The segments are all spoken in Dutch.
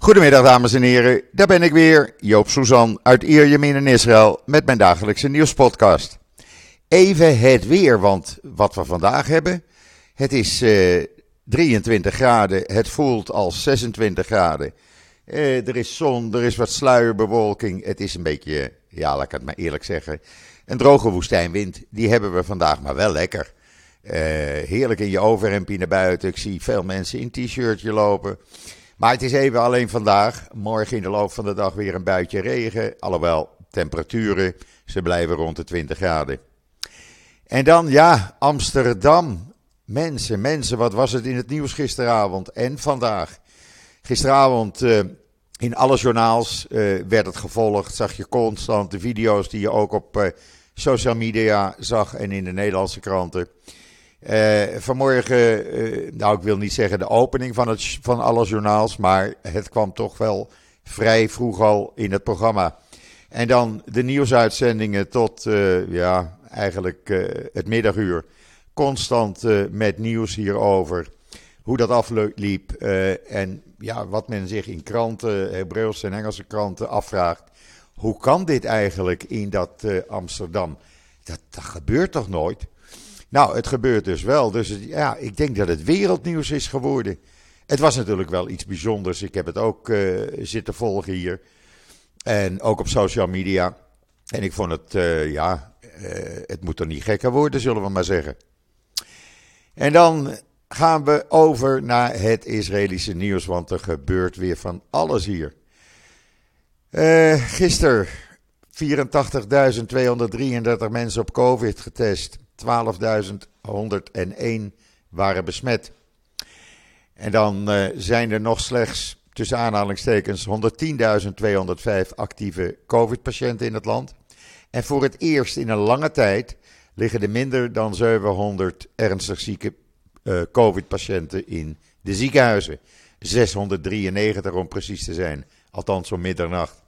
Goedemiddag dames en heren, daar ben ik weer, Joop Suzan uit Ierjemien in Israël met mijn dagelijkse nieuwspodcast. Even het weer, want wat we vandaag hebben, het is 23 graden, het voelt als 26 graden. Er is zon, er is wat sluierbewolking, het is een beetje, ja laat ik het maar eerlijk zeggen, een droge woestijnwind. Die hebben we vandaag, maar wel lekker. Heerlijk in je overhemdje naar buiten, ik zie veel mensen in t-shirtje lopen. Maar het is even alleen vandaag. Morgen in de loop van de dag weer een buitje regen. Alhoewel, temperaturen, ze blijven rond de 20 graden. En dan, ja, Amsterdam. Mensen, wat was het in het nieuws gisteravond en vandaag? Gisteravond in alle journaals werd het gevolgd. Zag je constant de video's die je ook op social media zag en in de Nederlandse kranten. Vanmorgen, nou ik wil niet zeggen de opening van alle journaals, maar het kwam toch wel vrij vroeg al in het programma. En dan de nieuwsuitzendingen tot eigenlijk het middaguur. Constant met nieuws hierover, hoe dat afliep en ja, wat men zich in kranten, Hebreeuwse en Engelse kranten afvraagt. Hoe kan dit eigenlijk in dat Amsterdam? Dat gebeurt toch nooit? Nou, het gebeurt dus wel. Dus ja, ik denk dat het wereldnieuws is geworden. Het was natuurlijk wel iets bijzonders. Ik heb het ook zitten volgen hier. En ook op social media. En ik vond het, het moet er niet gekker worden, zullen we maar zeggen. En dan gaan we over naar het Israëlische nieuws, want er gebeurt weer van alles hier. Gisteren 84.233 mensen op COVID getest. 12.101 waren besmet. En dan zijn er nog slechts, tussen aanhalingstekens, 110.205 actieve COVID-patiënten in het land. En voor het eerst in een lange tijd liggen er minder dan 700 ernstig zieke COVID-patiënten in de ziekenhuizen. 693 om precies te zijn, althans om middernacht.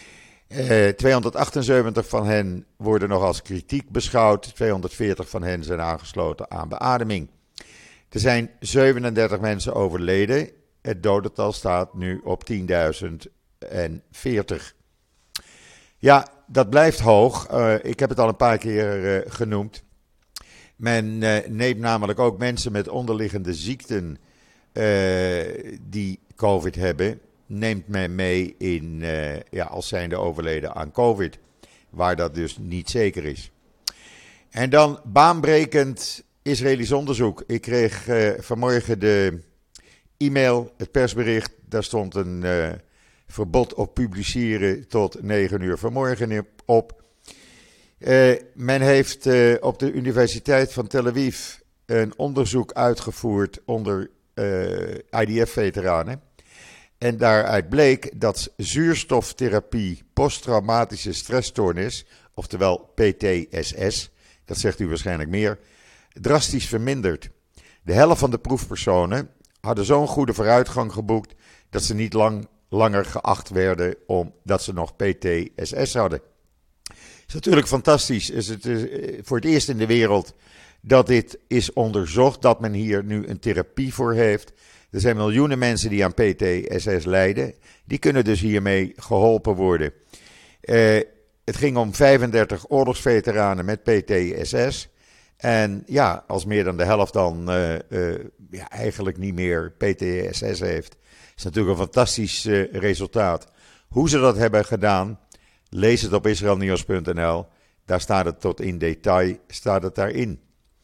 278 van hen worden nog als kritiek beschouwd. 240 van hen zijn aangesloten aan beademing. Er zijn 37 mensen overleden. Het dodental staat nu op 10.040. Ja, dat blijft hoog. Ik heb het al een paar keer genoemd. Men neemt namelijk ook mensen met onderliggende ziekten die COVID hebben, neemt men mee in, als zijnde overleden aan COVID, waar dat dus niet zeker is. En dan baanbrekend Israëlisch onderzoek. Ik kreeg vanmorgen de e-mail, het persbericht, daar stond een verbod op publiceren tot 9 uur vanmorgen op. Men heeft op de Universiteit van Tel Aviv een onderzoek uitgevoerd onder IDF-veteranen. En daaruit bleek dat zuurstoftherapie posttraumatische stressstoornis, oftewel PTSS, dat zegt u waarschijnlijk meer, drastisch vermindert. De helft van de proefpersonen hadden zo'n goede vooruitgang geboekt dat ze niet langer geacht werden omdat ze nog PTSS hadden. Het is natuurlijk fantastisch. Het is voor het eerst in de wereld dat dit is onderzocht, dat men hier nu een therapie voor heeft. Er zijn miljoenen mensen die aan PTSS lijden. Die kunnen dus hiermee geholpen worden. Het ging om 35 oorlogsveteranen met PTSS. En ja, als meer dan de helft dan eigenlijk niet meer PTSS heeft, is natuurlijk een fantastisch resultaat. Hoe ze dat hebben gedaan, lees het op israelnieuws.nl. Daar staat het tot in detail, staat het daarin.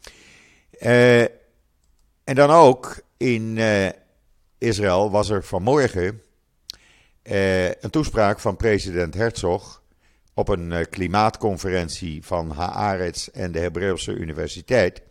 En dan ook in Israël was er vanmorgen een toespraak van president Herzog op een klimaatconferentie van Haaretz en de Hebreeuwse Universiteit.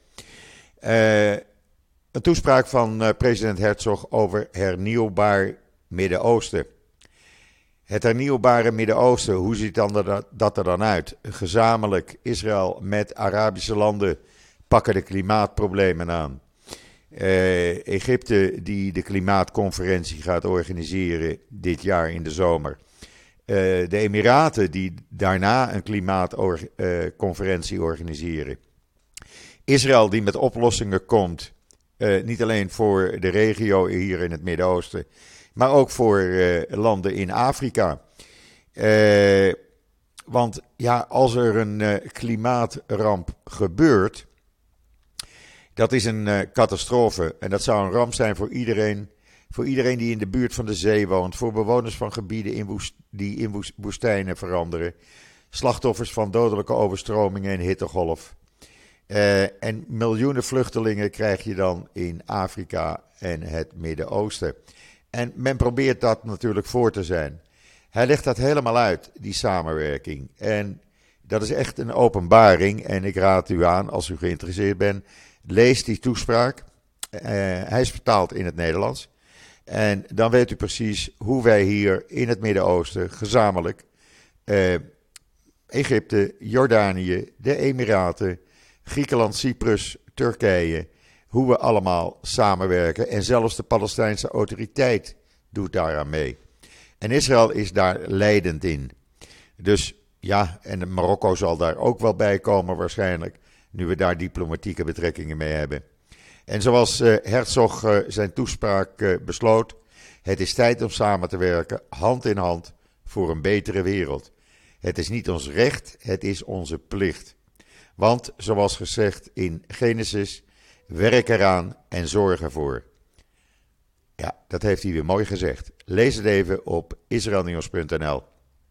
Een toespraak van president Herzog over hernieuwbaar Midden-Oosten. Het hernieuwbare Midden-Oosten, hoe ziet dat er dan uit? Gezamenlijk Israël met Arabische landen pakken de klimaatproblemen aan. Egypte die de klimaatconferentie gaat organiseren dit jaar in de zomer. De Emiraten die daarna een klimaatconferentie organiseren. Israël die met oplossingen komt Niet alleen voor de regio hier in het Midden-Oosten, maar ook voor landen in Afrika. Want ja, als er een klimaatramp gebeurt, dat is een catastrofe. En dat zou een ramp zijn voor iedereen. Voor iedereen die in de buurt van de zee woont. Voor bewoners van gebieden die in woestijnen veranderen. Slachtoffers van dodelijke overstromingen en hittegolf. En miljoenen vluchtelingen krijg je dan in Afrika en het Midden-Oosten. En men probeert dat natuurlijk voor te zijn. Hij legt dat helemaal uit, die samenwerking. En dat is echt een openbaring. En ik raad u aan, als u geïnteresseerd bent, lees die toespraak. Hij is vertaald in het Nederlands. En dan weet u precies hoe wij hier in het Midden-Oosten gezamenlijk Egypte, Jordanië, de Emiraten, Griekenland, Cyprus, Turkije, hoe we allemaal samenwerken. En zelfs de Palestijnse autoriteit doet daaraan mee. En Israël is daar leidend in. Dus ja, en Marokko zal daar ook wel bij komen waarschijnlijk, nu we daar diplomatieke betrekkingen mee hebben. En zoals Herzog zijn toespraak besloot, het is tijd om samen te werken, hand in hand, voor een betere wereld. Het is niet ons recht, het is onze plicht. Want, zoals gezegd in Genesis, werk eraan en zorg ervoor. Ja, dat heeft hij weer mooi gezegd. Lees het even op israelnieuws.nl.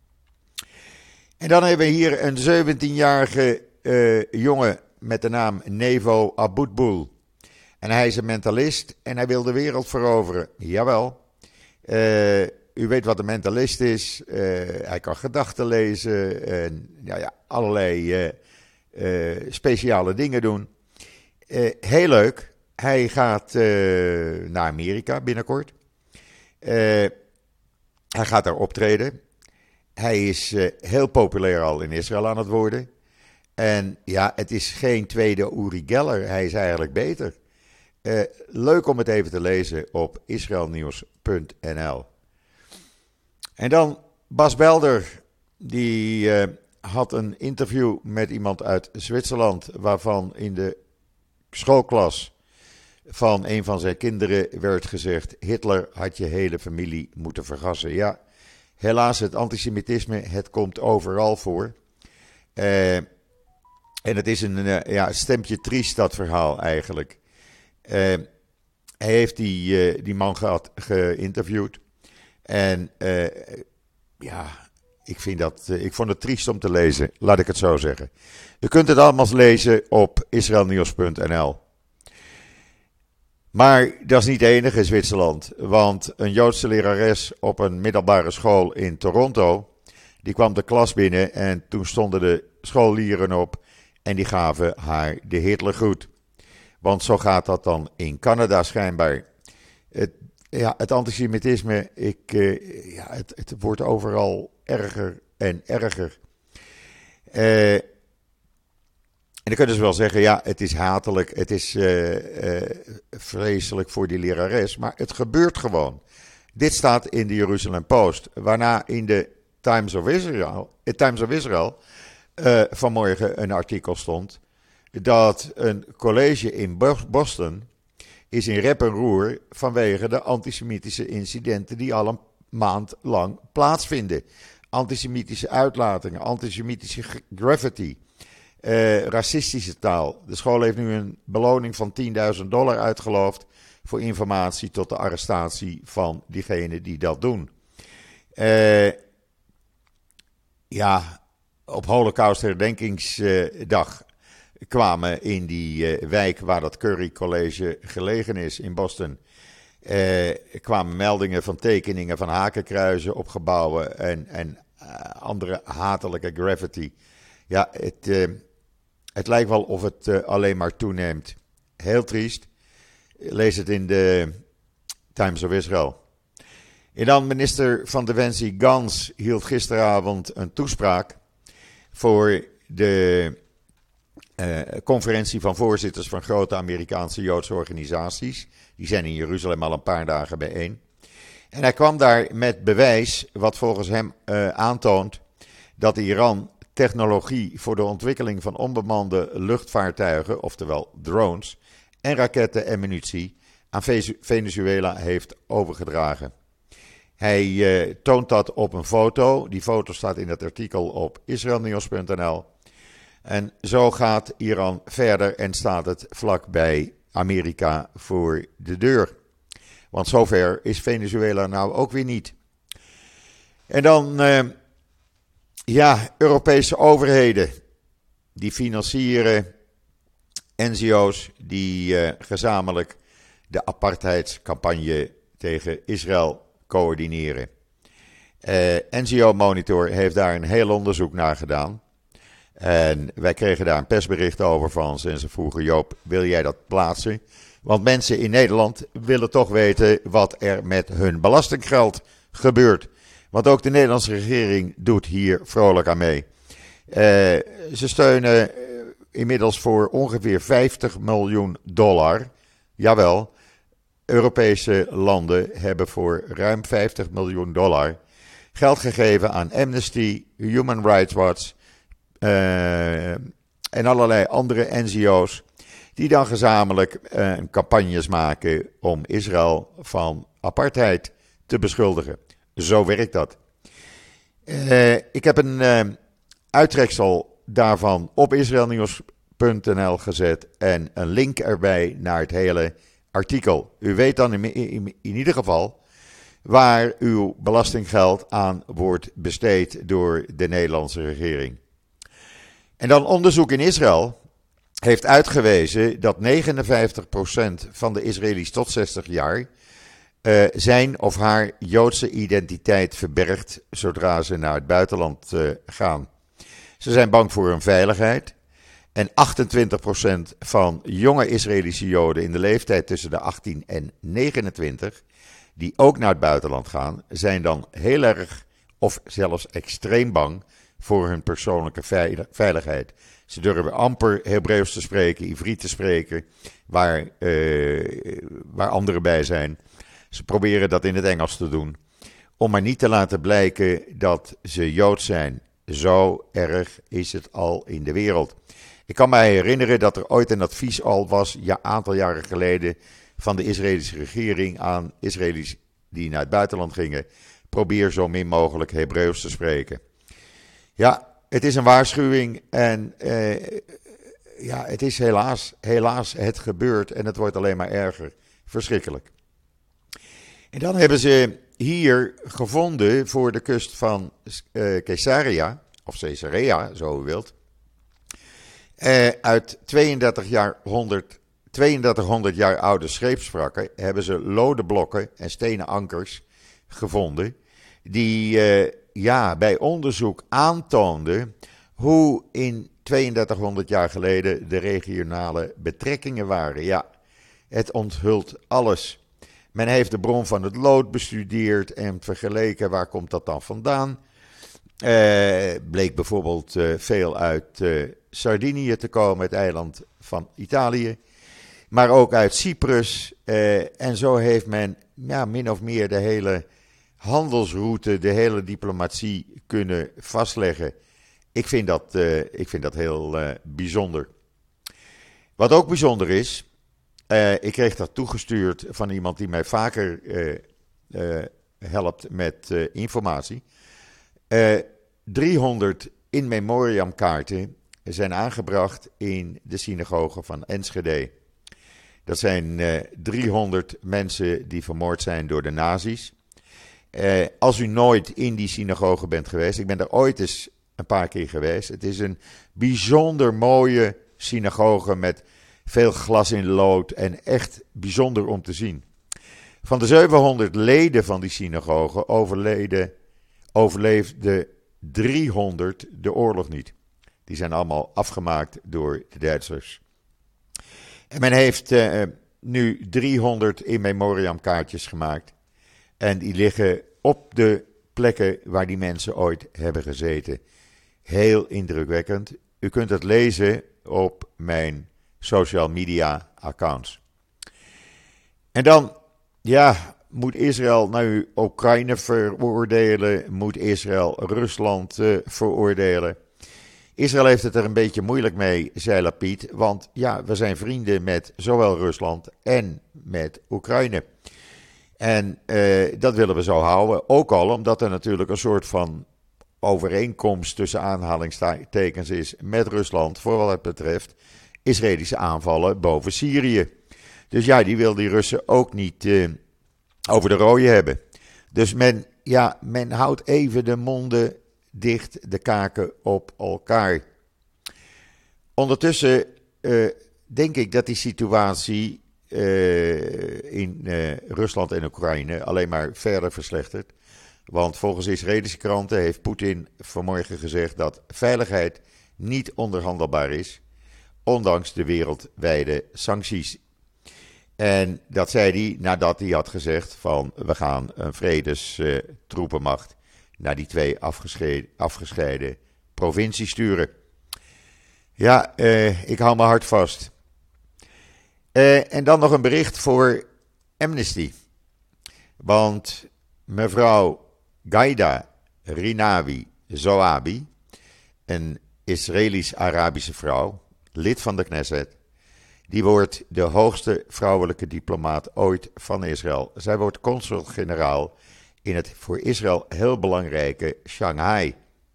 En dan hebben we hier een 17-jarige jongen met de naam Nevo Aboutboul. En hij is een mentalist en hij wil de wereld veroveren. Jawel. U weet wat een mentalist is. Hij kan gedachten lezen en allerlei speciale dingen doen. Heel leuk. Hij gaat naar Amerika binnenkort. Hij gaat daar optreden. Hij is heel populair al in Israël aan het worden. En ja, het is geen tweede Uri Geller. Hij is eigenlijk beter. Leuk om het even te lezen op israelnieuws.nl. En dan Bas Belder. Die had een interview met iemand uit Zwitserland, waarvan in de schoolklas van een van zijn kinderen werd gezegd: Hitler had je hele familie moeten vergassen. Ja, helaas, het antisemitisme, het komt overal voor. En het is een stempje triest, dat verhaal eigenlijk. Hij heeft die man geïnterviewd. En ik vond het triest om te lezen, laat ik het zo zeggen. U kunt het allemaal lezen op israelnieuws.nl. Maar dat is niet het enige in Zwitserland. Want een Joodse lerares op een middelbare school in Toronto, die kwam de klas binnen en toen stonden de scholieren op en die gaven haar de Hitlergroet. Want zo gaat dat dan in Canada schijnbaar. Het antisemitisme, het wordt overal erger en erger. En dan kunnen ze wel zeggen, ja, het is hatelijk, het is vreselijk voor die lerares, maar het gebeurt gewoon. Dit staat in de Jerusalem Post, waarna in de Times of Israel vanmorgen een artikel stond dat een college in Boston is in rep en roer vanwege de antisemitische incidenten die al een maand lang plaatsvinden. Antisemitische uitlatingen, antisemitische graffiti, racistische taal. De school heeft nu een beloning van $10.000 uitgeloofd voor informatie tot de arrestatie van diegenen die dat doen. Op Holocaust herdenkingsdag kwamen in die wijk waar dat Curry College gelegen is in Boston, kwamen meldingen van tekeningen van hakenkruizen op gebouwen en andere hatelijke graffiti. Ja, het lijkt wel of het alleen maar toeneemt. Heel triest. Lees het in de Times of Israel. En dan minister van Defensie Gantz hield gisteravond een toespraak voor de conferentie van voorzitters van grote Amerikaanse Joodse organisaties. Die zijn in Jeruzalem al een paar dagen bijeen. En hij kwam daar met bewijs wat volgens hem aantoont dat Iran technologie voor de ontwikkeling van onbemande luchtvaartuigen, oftewel drones, en raketten en munitie aan Venezuela heeft overgedragen. Hij toont dat op een foto. Die foto staat in het artikel op israelnieuws.nl. En zo gaat Iran verder en staat het vlak bij Amerika voor de deur. Want zover is Venezuela nou ook weer niet. En dan, Europese overheden. Die financieren NGO's die gezamenlijk de apartheidscampagne tegen Israël coördineren. NGO Monitor heeft daar een heel onderzoek naar gedaan. En wij kregen daar een persbericht over van ze. En ze vroegen: Joop, wil jij dat plaatsen? Want mensen in Nederland willen toch weten wat er met hun belastinggeld gebeurt. Want ook de Nederlandse regering doet hier vrolijk aan mee. Ze steunen inmiddels voor ongeveer $50 miljoen. Jawel, Europese landen hebben voor ruim $50 miljoen geld gegeven aan Amnesty, Human Rights Watch en allerlei andere NGO's. Die dan gezamenlijk campagnes maken om Israël van apartheid te beschuldigen. Zo werkt dat. Ik heb een uittreksel daarvan op israelnieuws.nl gezet en een link erbij naar het hele artikel. U weet dan in ieder geval waar uw belastinggeld aan wordt besteed door de Nederlandse regering. En dan onderzoek in Israël heeft uitgewezen dat 59% van de Israëli's tot 60 jaar zijn of haar Joodse identiteit verbergt zodra ze naar het buitenland gaan. Ze zijn bang voor hun veiligheid. En 28% van jonge Israëlische Joden in de leeftijd tussen de 18 en 29, die ook naar het buitenland gaan, zijn dan heel erg of zelfs extreem bang voor hun persoonlijke veiligheid. Ze durven amper Hebreeuws te spreken, Ivriet te spreken, waar anderen bij zijn. Ze proberen dat in het Engels te doen, om maar niet te laten blijken dat ze Joods zijn. Zo erg is het al in de wereld. Ik kan mij herinneren dat er ooit een advies al was, aantal jaren geleden, van de Israëlische regering aan Israëli's die naar het buitenland gingen: probeer zo min mogelijk Hebreeuws te spreken. Ja, het is een waarschuwing en het is helaas het gebeurt en het wordt alleen maar erger. Verschrikkelijk. En dan hebben ze hier gevonden voor de kust van Caesarea, of Caesarea, zo u wilt, uit 3200 jaar oude scheepswrakken hebben ze lode blokken en stenen ankers gevonden, die bij onderzoek aantoonden hoe in 3200 jaar geleden de regionale betrekkingen waren. Ja, het onthult alles. Men heeft de bron van het lood bestudeerd en vergeleken waar komt dat dan vandaan. Bleek bijvoorbeeld veel uit Sardinië te komen, het eiland van Italië. Maar ook uit Cyprus. En zo heeft men min of meer de hele handelsroute, de hele diplomatie kunnen vastleggen. Ik vind dat heel bijzonder. Wat ook bijzonder is, ik kreeg dat toegestuurd van iemand die mij vaker helpt met informatie. 300 in memoriam kaarten zijn aangebracht in de synagoge van Enschede. Dat zijn 300 mensen die vermoord zijn door de nazi's. Als u nooit in die synagoge bent geweest, ik ben daar ooit eens een paar keer geweest. Het is een bijzonder mooie synagoge met veel glas in lood en echt bijzonder om te zien. Van de 700 leden van die synagoge overleefden 300 de oorlog niet. Die zijn allemaal afgemaakt door de Duitsers. En men heeft nu 300 in memoriam kaartjes gemaakt. En die liggen op de plekken waar die mensen ooit hebben gezeten. Heel indrukwekkend. U kunt het lezen op mijn social media accounts. En dan, moet Israël nu Oekraïne veroordelen? Moet Israël Rusland veroordelen? Israël heeft het er een beetje moeilijk mee, zei Lapid, want ja, we zijn vrienden met zowel Rusland en met Oekraïne. En dat willen we zo houden, ook al omdat er natuurlijk een soort van overeenkomst tussen aanhalingstekens is met Rusland voor wat het betreft Israëlische aanvallen boven Syrië. Dus ja, die wil die Russen ook niet over de rode hebben. Dus men houdt even de monden dicht, de kaken op elkaar. Ondertussen denk ik dat die situatie in Rusland en Oekraïne alleen maar verder verslechtert. Want volgens Israëlische kranten heeft Poetin vanmorgen gezegd dat veiligheid niet onderhandelbaar is, ondanks de wereldwijde sancties. En dat zei hij nadat hij had gezegd van we gaan een vredestroepenmacht naar die twee afgescheiden provincies sturen. Ja, ik hou mijn hart vast. En dan nog een bericht voor Amnesty. Want mevrouw Gaida Rinawi Zoabi, een Israëlisch-Arabische vrouw, lid van de Knesset, die wordt de hoogste vrouwelijke diplomaat ooit van Israël. Zij wordt consul-generaal in het voor Israël heel belangrijke Shanghai.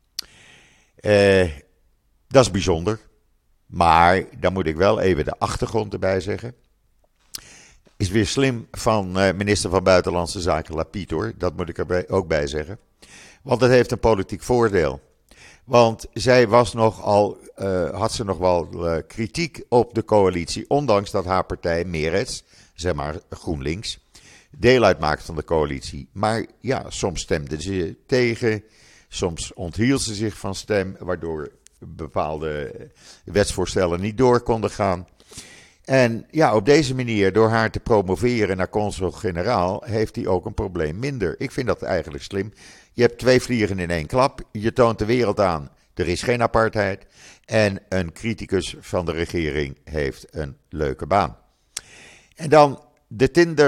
Dat is bijzonder. Maar daar moet ik wel even de achtergrond erbij zeggen. Is weer slim van minister van Buitenlandse Zaken Lapid hoor. Dat moet ik er ook bij zeggen. Want het heeft een politiek voordeel. Want zij had ze nog wel kritiek op de coalitie. Ondanks dat haar partij Meretz, zeg maar GroenLinks, deel uitmaakt van de coalitie. Maar ja, soms stemde ze tegen. Soms onthield ze zich van stem. Waardoor bepaalde wetsvoorstellen niet door konden gaan. En ja, op deze manier, door haar te promoveren naar consul-generaal, heeft hij ook een probleem minder. Ik vind dat eigenlijk slim. Je hebt twee vliegen in één klap. Je toont de wereld aan, er is geen apartheid. En een criticus van de regering heeft een leuke baan. En dan de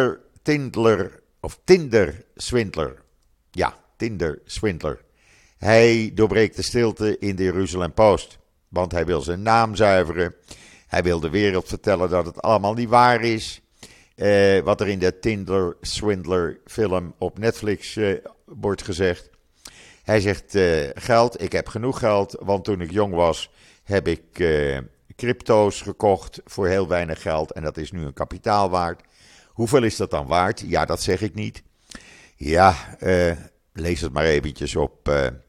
Tinder-swindler. Ja, Tinder-swindler. Hij doorbreekt de stilte in de Jeruzalem Post. Want hij wil zijn naam zuiveren. Hij wil de wereld vertellen dat het allemaal niet waar is. Wat er in de Tinder-swindler film op Netflix wordt gezegd. Hij zegt geld, ik heb genoeg geld. Want toen ik jong was heb ik crypto's gekocht voor heel weinig geld. En dat is nu een kapitaal waard. Hoeveel is dat dan waard? Ja, dat zeg ik niet. Ja, lees het maar eventjes op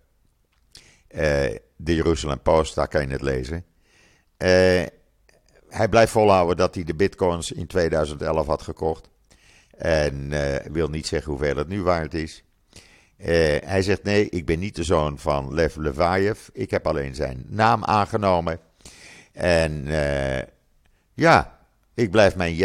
de Jeruzalem Post, daar kan je het lezen. Hij blijft volhouden dat hij de bitcoins in 2011 had gekocht. En wil niet zeggen hoeveel het nu waard is. Hij zegt nee, ik ben niet de zoon van Lev Levayev. Ik heb alleen zijn naam aangenomen. En ja, ik blijf mijn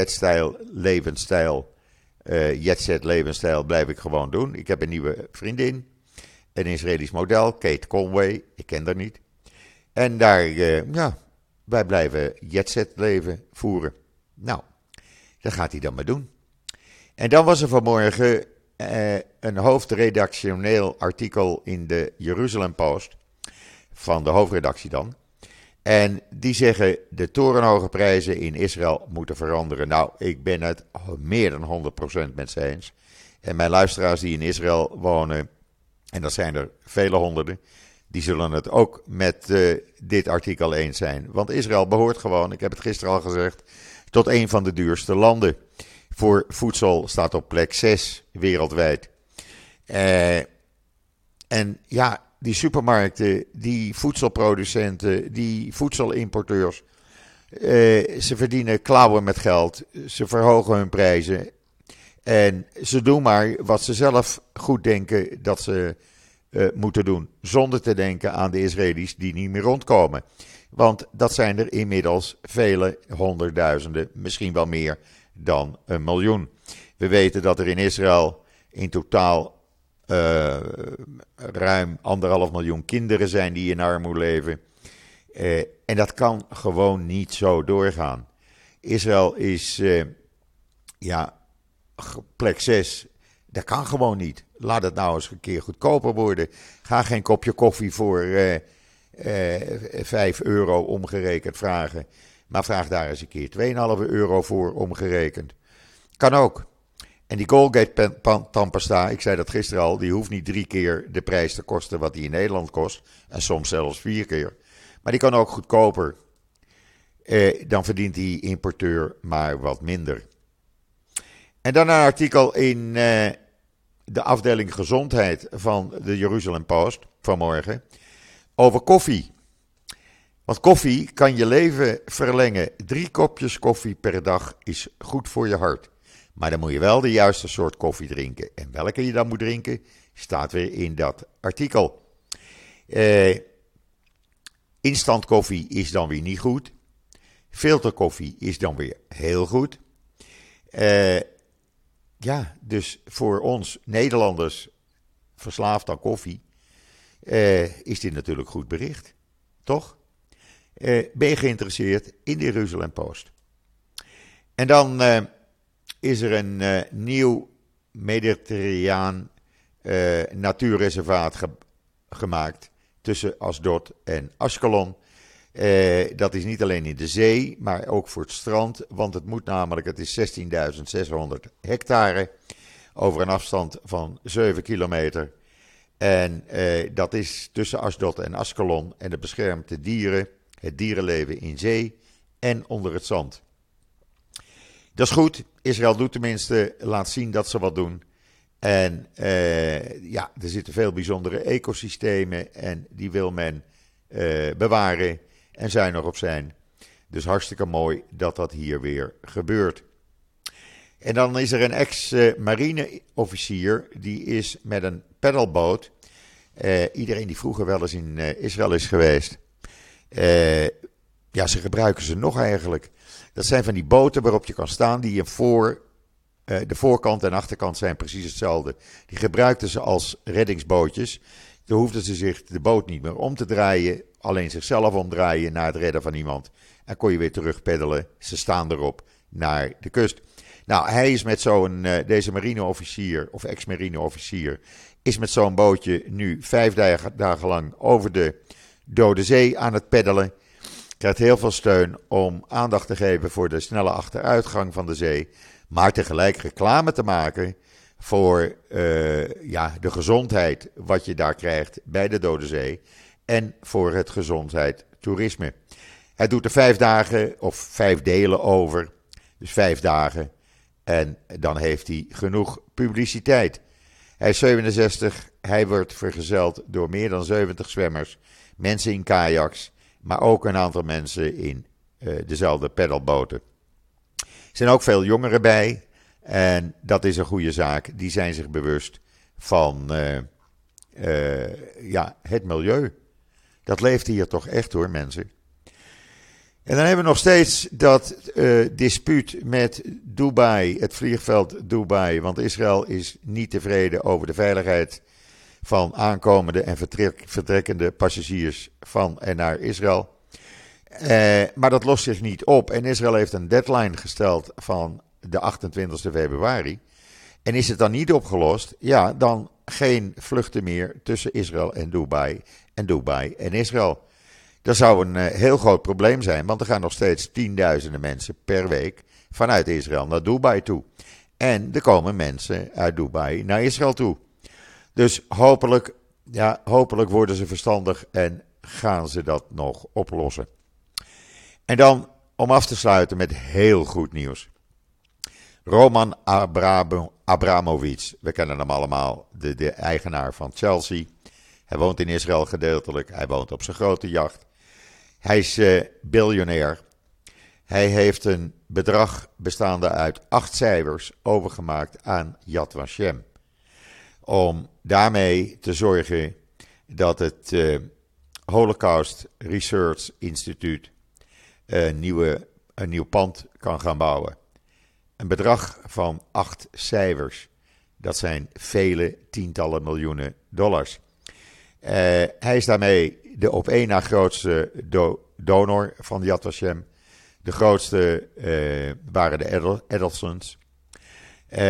jetset levensstijl blijf ik gewoon doen. Ik heb een nieuwe vriendin. Een Israëlisch model, Kate Conway. Ik ken haar niet. En wij blijven jetset leven voeren. Nou, dat gaat hij dan maar doen. En dan was er vanmorgen een hoofdredactioneel artikel in de Jeruzalem Post. Van de hoofdredactie dan. En die zeggen de torenhoge prijzen in Israël moeten veranderen. Nou, ik ben het meer dan 100% met ze eens. En mijn luisteraars die in Israël wonen, en dat zijn er vele honderden, die zullen het ook met dit artikel eens zijn. Want Israël behoort gewoon, ik heb het gisteren al gezegd, tot een van de duurste landen. Voor voedsel staat op plek 6 wereldwijd. En ja, die supermarkten, die voedselproducenten, die voedselimporteurs, ze verdienen klauwen met geld. Ze verhogen hun prijzen. En ze doen maar wat ze zelf goed denken dat ze moeten doen. Zonder te denken aan de Israëli's die niet meer rondkomen. Want dat zijn er inmiddels vele honderdduizenden, misschien wel meer dan 1 miljoen. We weten dat er in Israël in totaal ruim 1,5 miljoen kinderen zijn die in armoede leven. En dat kan gewoon niet zo doorgaan. Israël is plek 6. Dat kan gewoon niet. Laat het nou eens een keer goedkoper worden. Ga geen kopje koffie voor €5 omgerekend vragen. Maar vraag daar eens een keer €2,5 voor omgerekend. Kan ook. En die Colgate tandpasta, ik zei dat gisteren al, die hoeft niet 3 keer de prijs te kosten wat die in Nederland kost. En soms zelfs 4 keer. Maar die kan ook goedkoper. Dan verdient die importeur maar wat minder. En dan een artikel in de afdeling gezondheid van de Jeruzalem Post vanmorgen over koffie. Want koffie kan je leven verlengen. 3 kopjes koffie per dag is goed voor je hart. Maar dan moet je wel de juiste soort koffie drinken. En welke je dan moet drinken, staat weer in dat artikel. Instant koffie is dan weer niet goed. Filterkoffie is dan weer heel goed. Dus voor ons Nederlanders verslaafd aan koffie, is dit natuurlijk goed bericht. Toch? Ben je geïnteresseerd in de Jeruzalem Post? En dan is er een nieuw Mediterraan natuurreservaat gemaakt tussen Asdod en Ashkelon. Dat is niet alleen in de zee, maar ook voor het strand. Want het is 16.600 hectare over een afstand van 7 kilometer. En dat is tussen Asdod en Ashkelon. En het beschermt de dieren, het dierenleven in zee en onder het zand. Dat is goed. Israël doet tenminste, laat zien dat ze wat doen. En er zitten veel bijzondere ecosystemen en die wil men bewaren en zuinig op zijn. Dus hartstikke mooi dat dat hier weer gebeurt. En dan is er een ex-marineofficier, die is met een pedalboot. Iedereen die vroeger wel eens in Israël is geweest. Ze gebruiken ze nog eigenlijk. Dat zijn van die boten waarop je kan staan, die de voorkant en achterkant zijn precies hetzelfde. Die gebruikten ze als reddingsbootjes. Dan hoefden ze zich de boot niet meer om te draaien, alleen zichzelf omdraaien naar het redden van iemand. En kon je weer terug peddelen, ze staan erop, naar de kust. Nou, hij is met deze marineofficier, of ex-marineofficier, is met zo'n bootje nu 5 dagen lang over de Dode Zee aan het peddelen. Krijgt heel veel steun om aandacht te geven voor de snelle achteruitgang van de zee, maar tegelijk reclame te maken voor de gezondheid wat je daar krijgt bij de Dode Zee en voor het gezondheidstoerisme. Hij doet er 5 dagen of 5 delen over, dus 5 dagen en dan heeft hij genoeg publiciteit. Hij is 67, hij wordt vergezeld door meer dan 70 zwemmers, mensen in kajaks, maar ook een aantal mensen in dezelfde pedalboten. Er zijn ook veel jongeren bij en dat is een goede zaak. Die zijn zich bewust van het milieu. Dat leeft hier toch echt hoor, mensen. En dan hebben we nog steeds dat dispuut met Dubai, het vliegveld Dubai. Want Israël is niet tevreden over de veiligheid van aankomende en vertrekkende passagiers van en naar Israël. Maar dat lost zich niet op. En Israël heeft een deadline gesteld van de 28 februari. En is het dan niet opgelost, ja, dan geen vluchten meer tussen Israël en Dubai en Israël. Dat zou een heel groot probleem zijn, want er gaan nog steeds tienduizenden mensen per week vanuit Israël naar Dubai toe. En er komen mensen uit Dubai naar Israël toe. Dus hopelijk worden ze verstandig en gaan ze dat nog oplossen. En dan, om af te sluiten met heel goed nieuws. Roman Abramovich, we kennen hem allemaal, de eigenaar van Chelsea. Hij woont in Israël gedeeltelijk, hij woont op zijn grote jacht. Hij is biljonair. Hij heeft een bedrag bestaande uit 8 cijfers overgemaakt aan Yad Vashem. Om daarmee te zorgen dat het Holocaust Research Instituut een nieuw pand kan gaan bouwen. Een bedrag van 8 cijfers. Dat zijn vele tientallen miljoenen dollars. Hij is daarmee de op één na grootste donor van Yad Vashem. De grootste waren de Edelsons.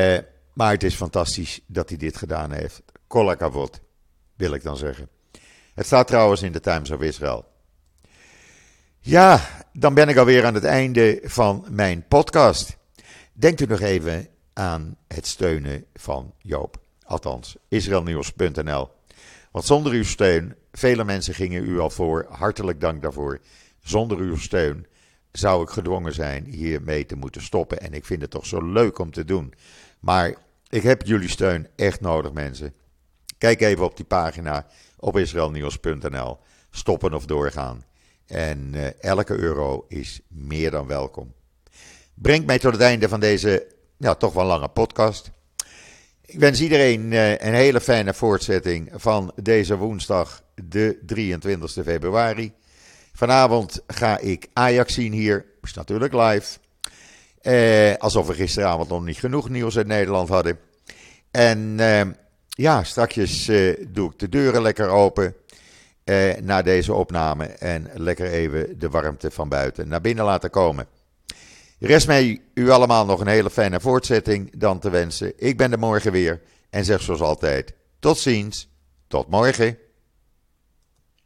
Maar het is fantastisch dat hij dit gedaan heeft. Kol hakavod, wil ik dan zeggen. Het staat trouwens in de Times of Israel. Ja, dan ben ik alweer aan het einde van mijn podcast. Denkt u nog even aan het steunen van Joop. Althans, israelnieuws.nl. Want zonder uw steun, vele mensen gingen u al voor, hartelijk dank daarvoor. Zonder uw steun zou ik gedwongen zijn hiermee te moeten stoppen. En ik vind het toch zo leuk om te doen. Maar ik heb jullie steun echt nodig, mensen. Kijk even op die pagina op israelnieuws.nl. Stoppen of doorgaan. En elke euro is meer dan welkom. Brengt mij tot het einde van deze toch wel lange podcast. Ik wens iedereen een hele fijne voortzetting van deze woensdag, de 23 februari. Vanavond ga ik Ajax zien hier, is natuurlijk live. Alsof we gisteravond nog niet genoeg nieuws uit Nederland hadden. En straks doe ik de deuren lekker open na deze opname. En lekker even de warmte van buiten naar binnen laten komen. Rest mij u allemaal nog een hele fijne voortzetting dan te wensen. Ik ben er morgen weer en zeg zoals altijd, tot ziens, tot morgen.